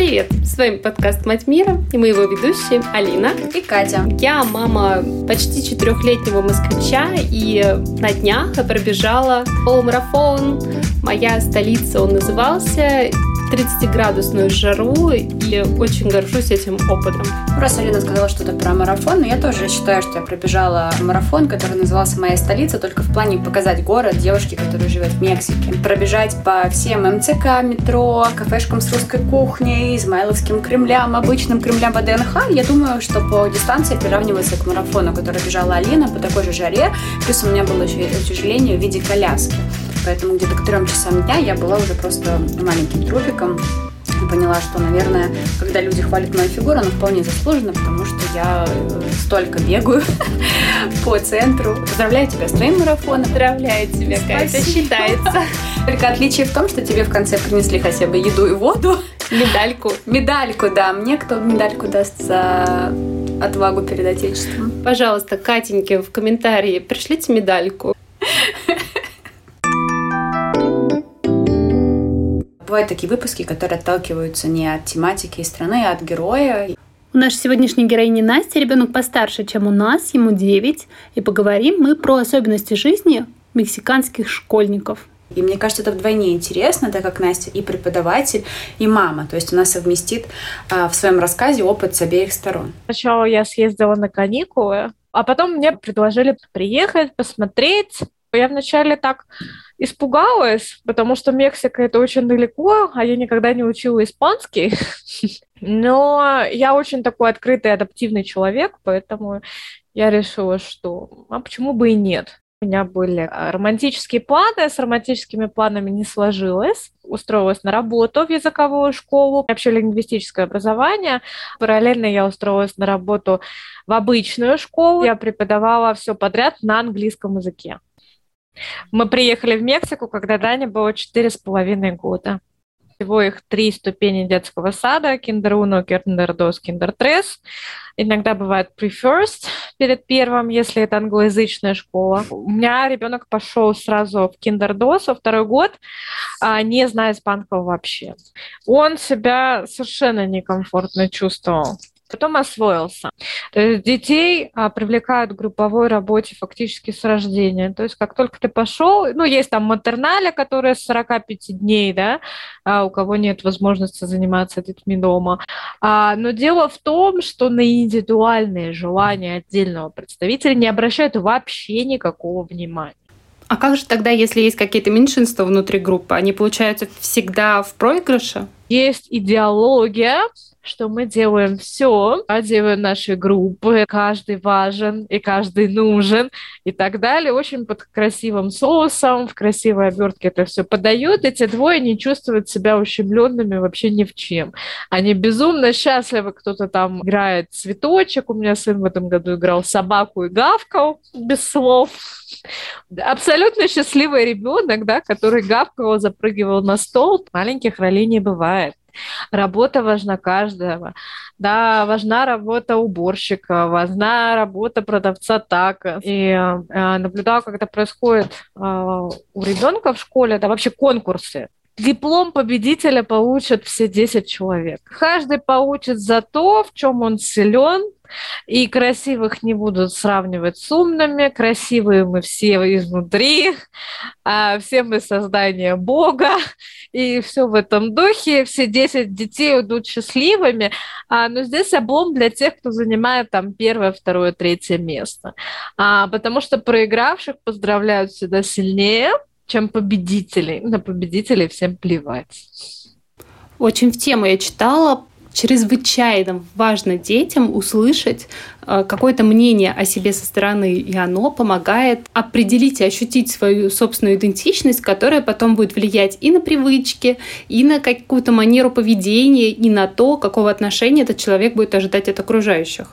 Привет! С вами подкаст «Мать мира» и мы его ведущие Алина и Катя. Я мама почти 4-летнего москвича, и на днях я пробежала полумарафон. «Моя столица» он назывался, 30-градусную жару, и очень горжусь этим опытом. Раз Алина сказала что-то про марафон, но я тоже считаю, что я пробежала марафон, который назывался «Моя столица», только в плане показать город девушке, которая живет в Мексике. Пробежать по всем МЦК, метро, кафешкам с русской кухней, измайловским Кремлям, обычным Кремлям ВДНХ. Я думаю, что по дистанции приравнивается к марафону, который бежала Алина по такой же жаре. Плюс у меня было еще и утяжеление в виде коляски. Поэтому где-то к 3 часам дня я была уже просто маленьким трупиком. И поняла, что, наверное, когда люди хвалят мою фигуру, она вполне заслужена, потому что я столько бегаю по центру. Поздравляю тебя с твоим марафоном. Поздравляю тебя, Катя, считается. Только отличие в том, что тебе в конце принесли хотя бы еду и воду. Медальку. Медальку, да. Мне кто медальку даст за отвагу перед Отечеством? Пожалуйста, Катеньке в комментарии пришлите медальку. Бывают такие выпуски, которые отталкиваются не от тематики и страны, а от героя. У нашей сегодняшней героини Насти ребенок постарше, чем у нас, ему 9, и поговорим мы про особенности жизни мексиканских школьников. И мне кажется, это вдвойне интересно, так как Настя и преподаватель, и мама. То есть она совместит в своем рассказе опыт с обеих сторон. Сначала я съездила на каникулы, а потом мне предложили приехать, посмотреть. Я вначале так испугалась, потому что Мексика — это очень далеко, а я никогда не учила испанский. Но я очень такой открытый, адаптивный человек, поэтому я решила, что почему бы и нет. У меня были романтические планы, с романтическими планами не сложилось. Устроилась на работу в языковую школу, вообще лингвистическое образование. Параллельно я устроилась на работу в обычную школу. Я преподавала все подряд на английском языке. Мы приехали в Мексику, когда Дане было 4,5 года. Всего их 3 ступени детского сада: Kinder 1, Kinder 2, Kinder 3. Иногда бывает pre-first перед первым, если это англоязычная школа. У меня ребенок пошел сразу в Kinder 2 во 2-й год, не зная испанского вообще. Он себя совершенно некомфортно чувствовал. Потом освоился. То есть детей привлекают к групповой работе фактически с рождения. То есть как только ты пошел, есть там матерналя, которая с 45 дней, да, у кого нет возможности заниматься детьми дома. Но дело в том, что на индивидуальные желания отдельного представителя не обращают вообще никакого внимания. А как же тогда, если есть какие-то меньшинства внутри группы? Они, получается, всегда в проигрыше? Есть идеология, что мы делаем все ради нашей группы, каждый важен и каждый нужен и так далее. Очень под красивым соусом, в красивой обертке это все подают. Эти двое не чувствуют себя ущемленными вообще ни в чем. Они безумно счастливы, кто-то там играет цветочек. У меня сын в этом году играл собаку и гавкал без слов. Абсолютно счастливый ребенок, да, который гавкал, запрыгивал на стол. Маленьких ролей не бывает. Работа важна каждого. Да, важна работа уборщика, важна работа продавца тако. И наблюдала, как это происходит у ребенка в школе, да, вообще конкурсы. Диплом победителя получат все 10 человек. Каждый получит за то, в чем он силен. И красивых не будут сравнивать с умными. Красивые мы все изнутри. Все мы создание Бога. И все в этом духе. Все 10 детей уйдут счастливыми. Но здесь облом для тех, кто занимает там 1, 2, 3 место. Потому что проигравших поздравляют всегда сильнее, чем победителей. На победителей всем плевать. Очень в тему я читала. Чрезвычайно важно детям услышать какое-то мнение о себе со стороны, и оно помогает определить и ощутить свою собственную идентичность, которая потом будет влиять и на привычки, и на какую-то манеру поведения, и на то, какого отношения этот человек будет ожидать от окружающих.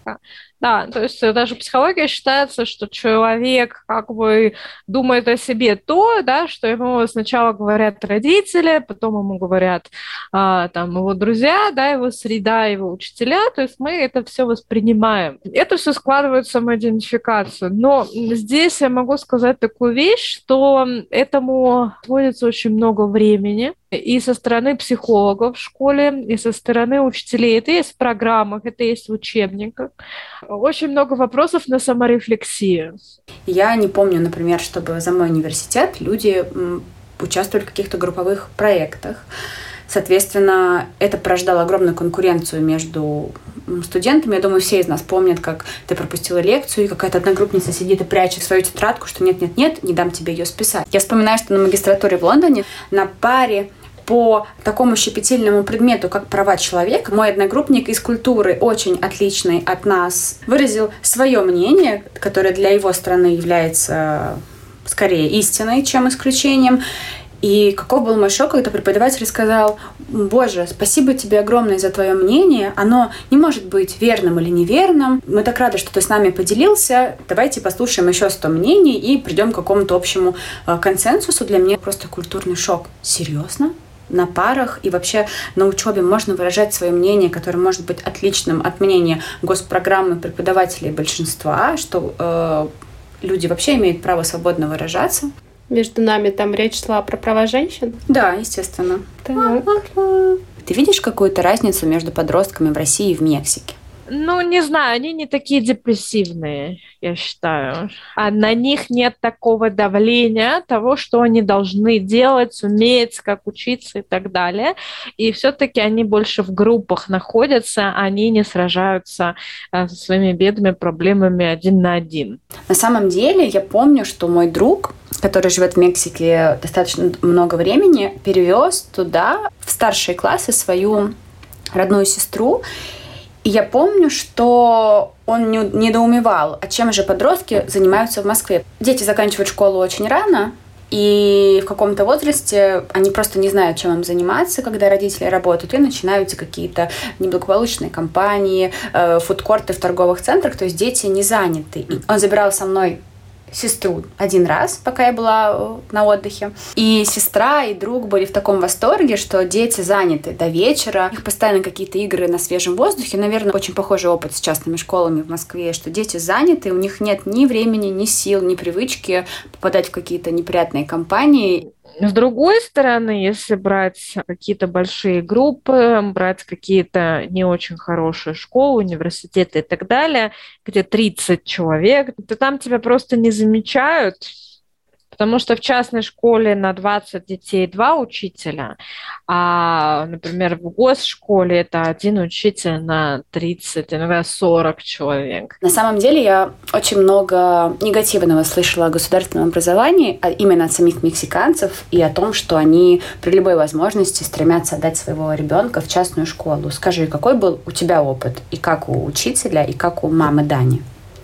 Да, то есть даже в психологии считается, что человек как бы думает о себе то, да, что ему сначала говорят родители, потом ему говорят там его друзья, да, его среда, его учителя, то есть мы это все воспринимаем. Это все складывает в самоидентификацию. Но здесь я могу сказать такую вещь, что этому отводится очень много времени. и со стороны психологов в школе, и со стороны учителей. Это есть в программах, это есть в учебниках. Очень много вопросов на саморефлексию. Я не помню, например, чтобы за мой университет люди участвовали в каких-то групповых проектах. Соответственно, это порождало огромную конкуренцию между студентами. Я думаю, все из нас помнят, как ты пропустила лекцию, и какая-то одногруппница сидит и прячет свою тетрадку, что нет-нет-нет, не дам тебе ее списать. Я вспоминаю, что на магистратуре в Лондоне на паре по такому щепетильному предмету, как права человека, мой одногруппник из культуры, очень отличный от нас, выразил свое мнение, которое для его страны является скорее истиной, чем исключением. И каков был мой шок, когда преподаватель сказал: «Боже, спасибо тебе огромное за твое мнение. Оно не может быть верным или неверным. Мы так рады, что ты с нами поделился. Давайте послушаем еще 100 мнений и придем к какому-то общему консенсусу». Для меня просто культурный шок. Серьезно? На парах и вообще на учебе можно выражать свое мнение, которое может быть отличным от мнения госпрограммы преподавателей большинства, что люди вообще имеют право свободно выражаться. Между нами там речь шла про права женщин? Да, естественно. Так. Ты видишь какую-то разницу между подростками в России и в Мексике? Ну, не знаю, они не такие депрессивные, я считаю. А на них нет такого давления, того, что они должны делать, уметь, как учиться и так далее. И все-таки они больше в группах находятся, они не сражаются со своими бедами, проблемами один на один. На самом деле, я помню, что мой друг, который живет в Мексике достаточно много времени, перевез туда в старшие классы свою родную сестру. И я помню, что он недоумевал, а чем же подростки занимаются в Москве. Дети заканчивают школу очень рано, и в каком-то возрасте они просто не знают, чем им заниматься, когда родители работают, и начинаются какие-то неблагополучные компании, фудкорты в торговых центрах, то есть дети не заняты. И он забирал со мной сестру один раз, пока я была на отдыхе. И сестра, и друг были в таком восторге, что дети заняты до вечера. У них постоянно какие-то игры на свежем воздухе. Наверное, очень похожий опыт с частными школами в Москве, что дети заняты, у них нет ни времени, ни сил, ни привычки попадать в какие-то неприятные компании. С другой стороны, если брать какие-то большие группы, брать какие-то не очень хорошие школы, университеты и так далее, где 30 человек, то там тебя просто не замечают, потому что в частной школе на 20 детей 2 учителя, а, например, в госшколе это 1 учитель на 30, иногда 40 человек. На самом деле я очень много негативного слышала о государственном образовании, именно от самих мексиканцев, и о том, что они при любой возможности стремятся отдать своего ребенка в частную школу. Скажи, какой был у тебя опыт? И как у учителя, и как у мамы Дани?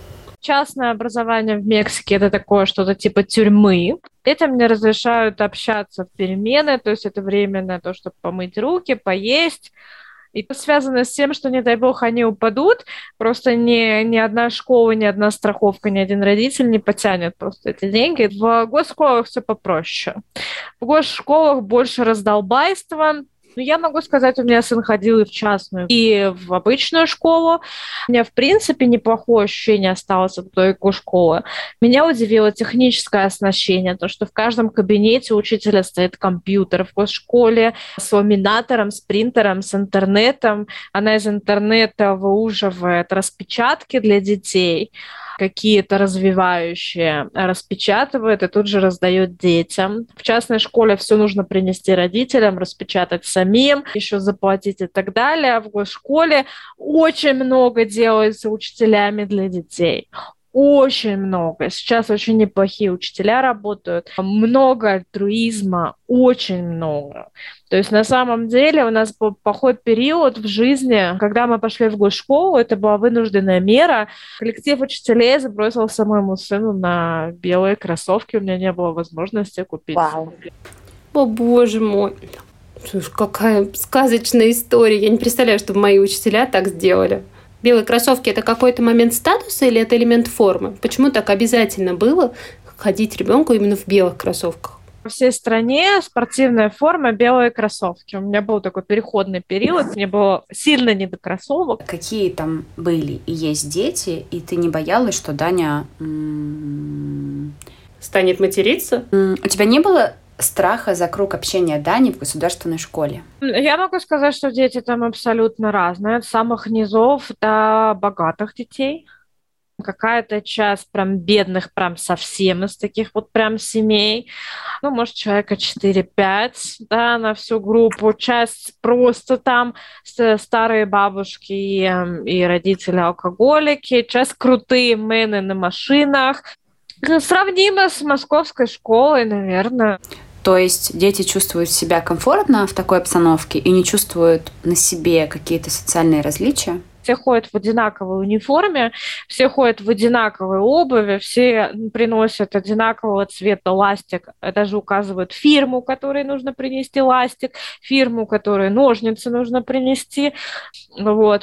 Частное образование в Мексике – это такое что-то типа тюрьмы. Детям не разрешают общаться в перемены, то есть это время на то, чтобы помыть руки, поесть. И это связано с тем, что, не дай бог, они упадут. Просто ни одна школа, ни одна страховка, ни один родитель не потянет просто эти деньги. В госшколах все попроще. В госшколах больше раздолбайства. Но я могу сказать, у меня сын ходил и в частную, и в обычную школу. У меня, в принципе, неплохое ощущение осталось от той школы. Меня удивило техническое оснащение, то, что в каждом кабинете у учителя стоит компьютер в госшколе с ламинатором, с принтером, с интернетом. Она из интернета выуживает распечатки для детей, какие-то развивающие, распечатывает и тут же раздает детям. В частной школе все нужно принести родителям, распечатать самим, еще заплатить и так далее. В госшколе очень много делается учителями для детей. Очень много. Сейчас очень неплохие учителя работают. Много альтруизма, очень много. То есть на самом деле у нас был плохой период в жизни, когда мы пошли в госшколу, это была вынужденная мера. Коллектив учителей забросился моему сыну на белые кроссовки, у меня не было возможности купить. Вау. О, боже мой. Слушай, какая сказочная история. Я не представляю, чтобы мои учителя так сделали. Белые кроссовки – это какой-то момент статуса или это элемент формы? Почему так обязательно было ходить ребенку именно в белых кроссовках? Во всей стране спортивная форма, белые кроссовки. У меня был такой переходный период, мне было сильно не до кроссовок. Какие там были и есть дети, и ты не боялась, что Даня станет материться? У тебя не было страха за круг общения Дани в государственной школе? Я могу сказать, что дети там абсолютно разные, от самых низов до богатых детей. Какая-то часть прям бедных, прям совсем из таких вот прям семей. Ну, может, человека 4-5, да, на всю группу. Часть просто там старые бабушки и родители-алкоголики. Часть крутые мены на машинах. Сравнимо с московской школой, наверное. То есть дети чувствуют себя комфортно в такой обстановке и не чувствуют на себе какие-то социальные различия? Все ходят в одинаковой униформе, все ходят в одинаковой обуви, все приносят одинакового цвета ластик, даже указывают фирму, которой нужно принести ластик, фирму, которой ножницы нужно принести. Вот,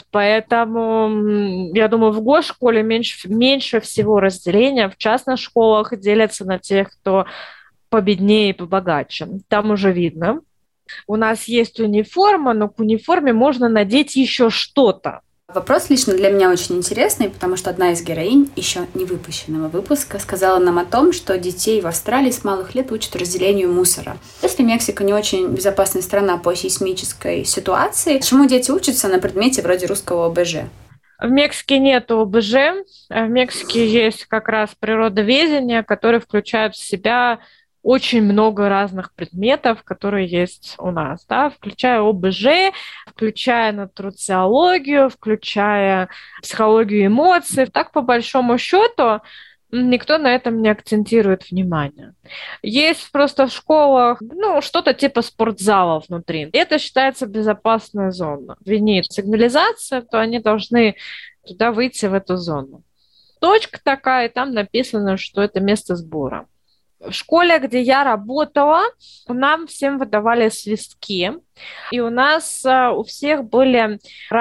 поэтому, я думаю, в госшколе меньше всего разделения. В частных школах делятся на тех, кто победнее и побогаче. Там уже видно. У нас есть униформа, но к униформе можно надеть еще что-то. Вопрос лично для меня очень интересный, потому что одна из героинь еще не выпущенного выпуска сказала нам о том, что детей в Австралии с малых лет учат разделению мусора. Если Мексика не очень безопасная страна по сейсмической ситуации, чему дети учатся на предмете вроде русского ОБЖ? В Мексике нет ОБЖ, в Мексике есть как раз природоведение, которое включает в себя очень много разных предметов, которые есть у нас, да, включая ОБЖ, включая нутрициологию, включая психологию эмоций. Так, по большому счету, никто на этом не акцентирует внимание. Есть просто в школах, что-то типа спортзала внутри. И это считается безопасная зона. Винит сигнализация, то они должны туда выйти, в эту зону. Точка такая, и там написано, что это место сбора. В школе, где я работала, нам всем выдавали свистки, и у нас у всех были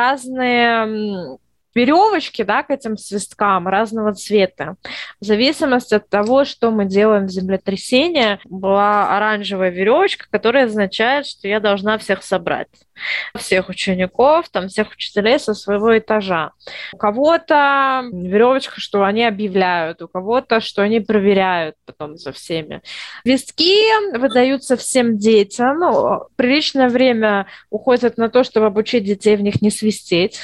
разные веревочки, да, к этим свисткам разного цвета. В зависимости от того, что мы делаем в землетрясении, была оранжевая веревочка, которая означает, что я должна всех собрать. Всех учеников, всех учителей со своего этажа. У кого-то веревочка, что они объявляют, у кого-то, что они проверяют потом за всеми. Свистки выдаются всем детям. Приличное время уходит на то, чтобы обучить детей в них не свистеть.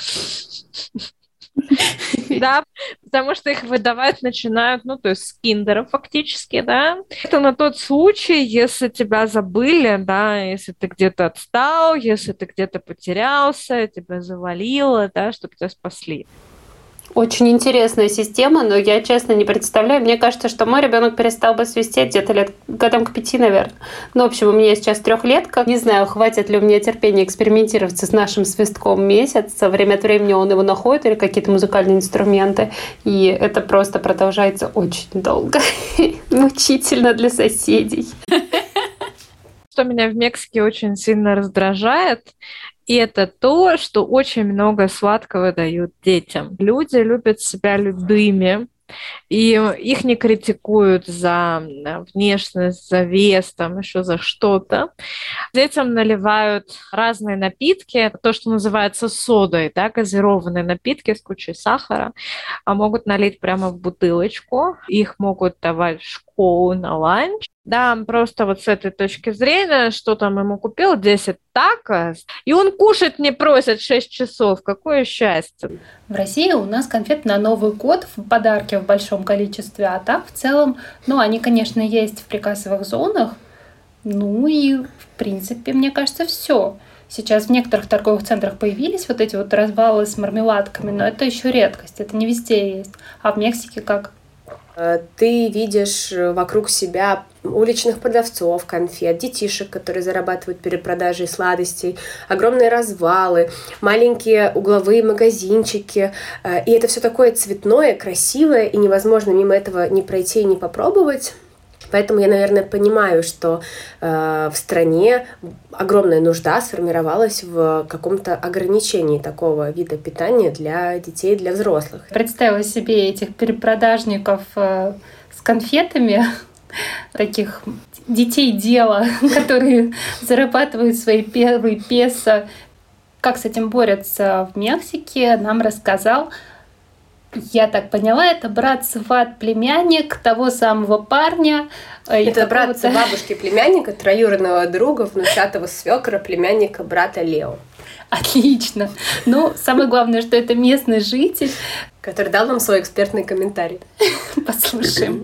Да, потому что их выдавать начинают, то есть с киндера фактически, да. Это на тот случай, если тебя забыли, да, если ты где-то отстал, если ты где-то потерялся, тебя завалило, да, чтобы тебя спасли. Очень интересная система, но я, честно, не представляю. Мне кажется, что мой ребенок перестал бы свистеть где-то годам к 5, наверное. В общем, у меня сейчас 3-летка. Не знаю, хватит ли у меня терпения экспериментировать с нашим свистком месяц. Время от времени он его находит или какие-то музыкальные инструменты. И это просто продолжается очень долго. Мучительно для соседей. Что меня в Мексике очень сильно раздражает, и это то, что очень много сладкого дают детям. Люди любят себя любыми, и их не критикуют за внешность, за вес, еще за что-то. Детям наливают разные напитки, то, что называется содой, да, газированные напитки с кучей сахара, могут налить прямо в бутылочку, их могут давать в школу на ланч. Да, просто вот с этой точки зрения, что там ему купил, 10 такос, и он кушать не просит 6 часов. Какое счастье. В России у нас конфеты на Новый год в подарке в большом количестве, а так в целом, они, конечно, есть в прикассовых зонах, и, в принципе, мне кажется, все. Сейчас в некоторых торговых центрах появились вот эти вот развалы с мармеладками, но это еще редкость, это не везде есть. А в Мексике как? Ты видишь вокруг себя уличных продавцов конфет, детишек, которые зарабатывают перепродажей сладостей, огромные развалы, маленькие угловые магазинчики. И это все такое цветное, красивое, и невозможно мимо этого не пройти и не попробовать. Поэтому я, наверное, понимаю, что в стране огромная нужда сформировалась в каком-то ограничении такого вида питания для детей, для взрослых. Представила себе этих перепродажников с конфетами, таких детей дела, которые зарабатывают свои первые песо. Как с этим борются в Мексике, нам рассказал Я так поняла, это брат, сват, племянник того самого парня. Это брат бабушки племянника, троюродного друга, внучатого свекра, племянника брата Лео. Отлично. Но самое главное, что это местный житель, который дал нам свой экспертный комментарий. Послушаем.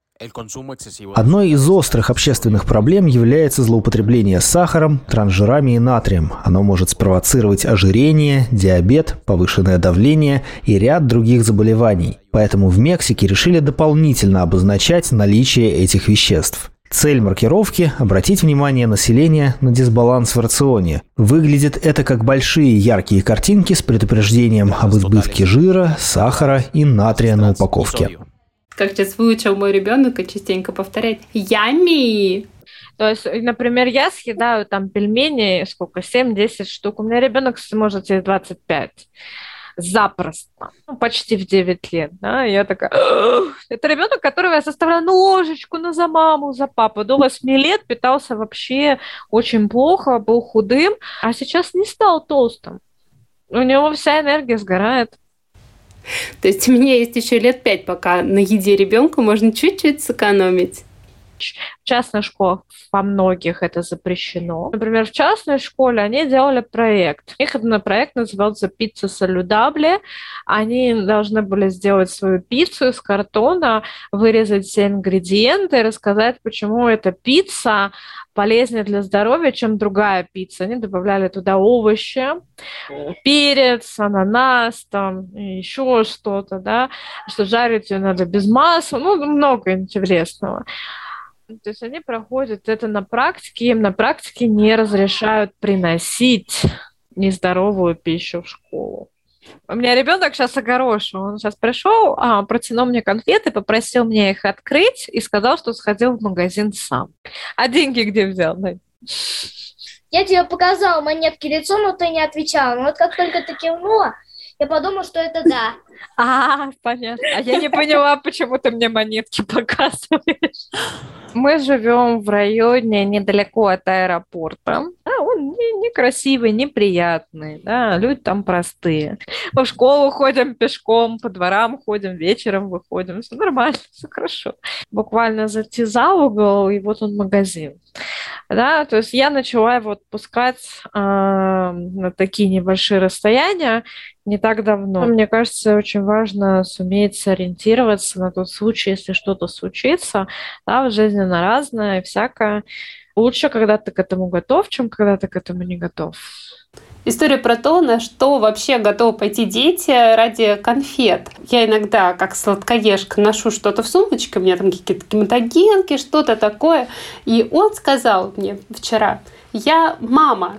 Одной из острых общественных проблем является злоупотребление сахаром, трансжирами и натрием. Оно может спровоцировать ожирение, диабет, повышенное давление и ряд других заболеваний. Поэтому в Мексике решили дополнительно обозначать наличие этих веществ. Цель маркировки – обратить внимание населения на дисбаланс в рационе. Выглядит это как большие яркие картинки с предупреждением об избытке жира, сахара и натрия на упаковке. Как сейчас выучил мой ребенок и частенько повторять «Ями!». То есть, например, я съедаю там пельмени, 7-10 штук. У меня ребенок может съесть 25. Запросто. Почти в 9 лет. Да? Я такая... Это ребенок, которого я заставляю ложечку за маму, за папу. До 8 лет питался вообще очень плохо, был худым, а сейчас не стал толстым. У него вся энергия сгорает. То есть у меня есть еще лет 5, пока на еде ребенка можно чуть-чуть сэкономить. В частных школах во многих это запрещено. Например, в частной школе они делали проект. Их проект назывался «Пицца салюдабле». Они должны были сделать свою пиццу из картона, вырезать все ингредиенты, рассказать, почему эта пицца полезнее для здоровья, чем другая пицца. Они добавляли туда овощи, перец, ананас, там, еще что-то, да, что жарить ее надо без масла, много интересного. То есть они проходят это на практике, им на практике не разрешают приносить нездоровую пищу в школу. У меня ребенок сейчас огорошил. Он сейчас пришел, протянул мне конфеты, попросил меня их открыть и сказал, что сходил в магазин сам. А деньги где взял? Я тебе показала монетки лицом, но ты не отвечала. Но вот как только ты кивнула, я подумала, что это да. Понятно. А я не поняла, почему ты мне монетки показываешь. Мы живем в районе недалеко от аэропорта. Он некрасивый, неприятный. Да, люди там простые. Мы в школу ходим пешком, по дворам ходим, вечером выходим. Все нормально, все хорошо. Буквально зайти за угол, и вот он магазин. Да, то есть я начала его отпускать на такие небольшие расстояния не так давно. Мне кажется, очень важно суметь сориентироваться на тот случай, если что-то случится. Да, в жизни на разное, всякое. Лучше, когда ты к этому готов, чем когда ты к этому не готов. История про то, на что вообще готовы пойти дети ради конфет. Я иногда, как сладкоежка, ношу что-то в сумочке, у меня там какие-то гематогенки, что-то такое. И он сказал мне вчера: я мама,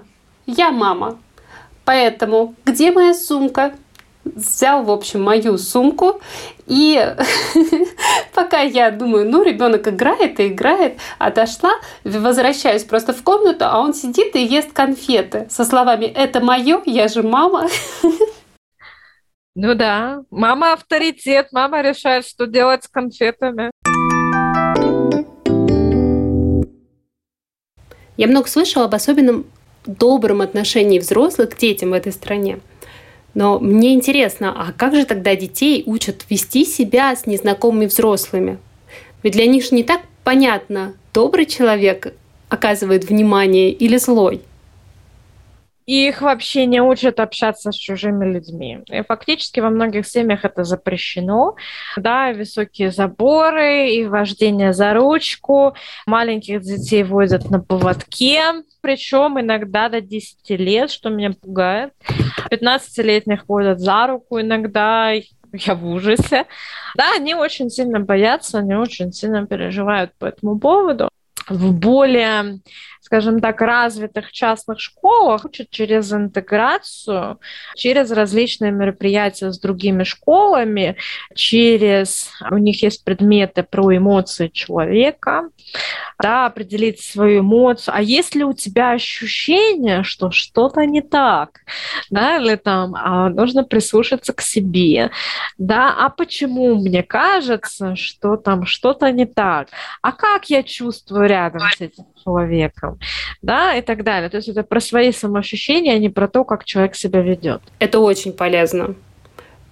поэтому где моя сумка? Взял, в общем, мою сумку, и пока я думаю, ребенок играет и играет, отошла, возвращаюсь просто в комнату, а он сидит и ест конфеты со словами: это мое, я же мама. Ну да, мама авторитет, мама решает, что делать с конфетами. Я много слышала об особенном добром отношении взрослых к детям в этой стране. Но мне интересно, а как же тогда детей учат вести себя с незнакомыми взрослыми? Ведь для них же не так понятно, добрый человек оказывает внимание или злой. Их вообще не учат общаться с чужими людьми. И фактически во многих семьях это запрещено. Да, высокие заборы, и вождение за ручку. Маленьких детей водят на поводке, причем иногда до 10 лет, что меня пугает. 15-летних водят за руку иногда. Я в ужасе. Да, они очень сильно боятся, они очень сильно переживают по этому поводу. В более, скажем так, развитых частных школах учат через интеграцию, через различные мероприятия с другими школами, у них есть предметы про эмоции человека, да, определить свою эмоцию. А есть ли у тебя ощущение, что что-то не так, да, или там нужно прислушаться к себе, да, а почему мне кажется, что там что-то не так, а как я чувствую рядом с этим человеком, да, и так далее. То есть это про свои самоощущения, а не про то, как человек себя ведет. Это очень полезно.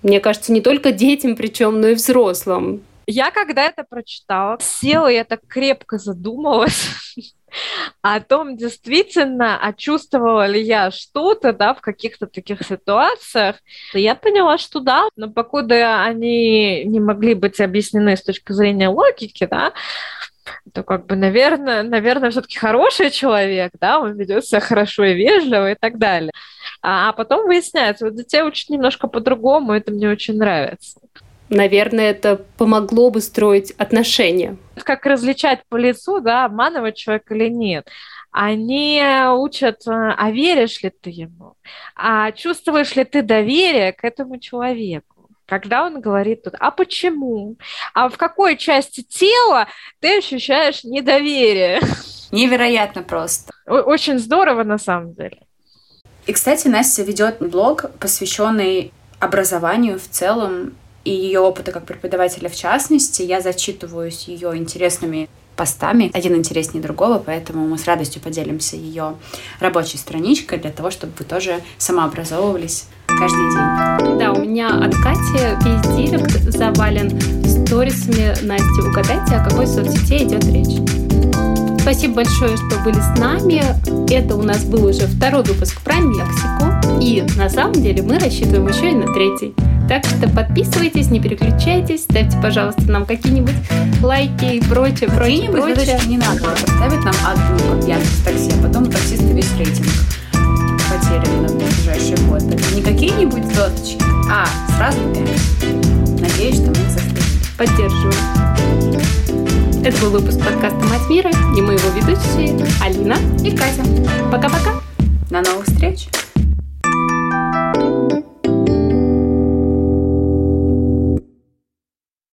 Мне кажется, не только детям, причем, но и взрослым. Я когда это прочитала, села, я так крепко задумалась о том, действительно, чувствовала ли я что-то, да, в каких-то таких ситуациях. Я поняла, что да, но покуда они не могли быть объяснены с точки зрения логики, да, то как бы, наверное, все-таки хороший человек, да, он ведет себя хорошо и вежливо и так далее. А потом выясняется, вот детей учат немножко по-другому, это мне очень нравится. Наверное, это помогло бы строить отношения. Как различать по лицу, да, обманывать человека или нет. Они учат, а веришь ли ты ему, а чувствуешь ли ты доверие к этому человеку. Когда он говорит тут, а почему? А в какой части тела ты ощущаешь недоверие? Невероятно просто. Очень здорово на самом деле. И, кстати, Настя ведет блог, посвященный образованию в целом, и ее опыта как преподавателя в частности. Я зачитываюсь ее интересными постами, один интереснее другого, поэтому мы с радостью поделимся ее рабочей страничкой для того, чтобы вы тоже самообразовывались каждый день. Да, у меня от Кати весь директ завален сторисами. Настя, угадайте, о какой соцсети идет речь. Спасибо большое, что были с нами. Это у нас был уже 2-й выпуск про Мексику. И на самом деле мы рассчитываем еще и на 3-й. Так что подписывайтесь, не переключайтесь, ставьте, пожалуйста, нам какие-нибудь лайки и прочее. Не надо поставить нам одну, как Яндекс.Такси, а потом у таксиста весь рейтинг потерян на ближайший год. Это не какие-нибудь звездочки, а сразу 5. Надеюсь, что мы их заслужим. Поддерживаю. Это был выпуск подкаста «Мать мира», и мы его ведущие Алина и Катя. Пока-пока. До новых встреч.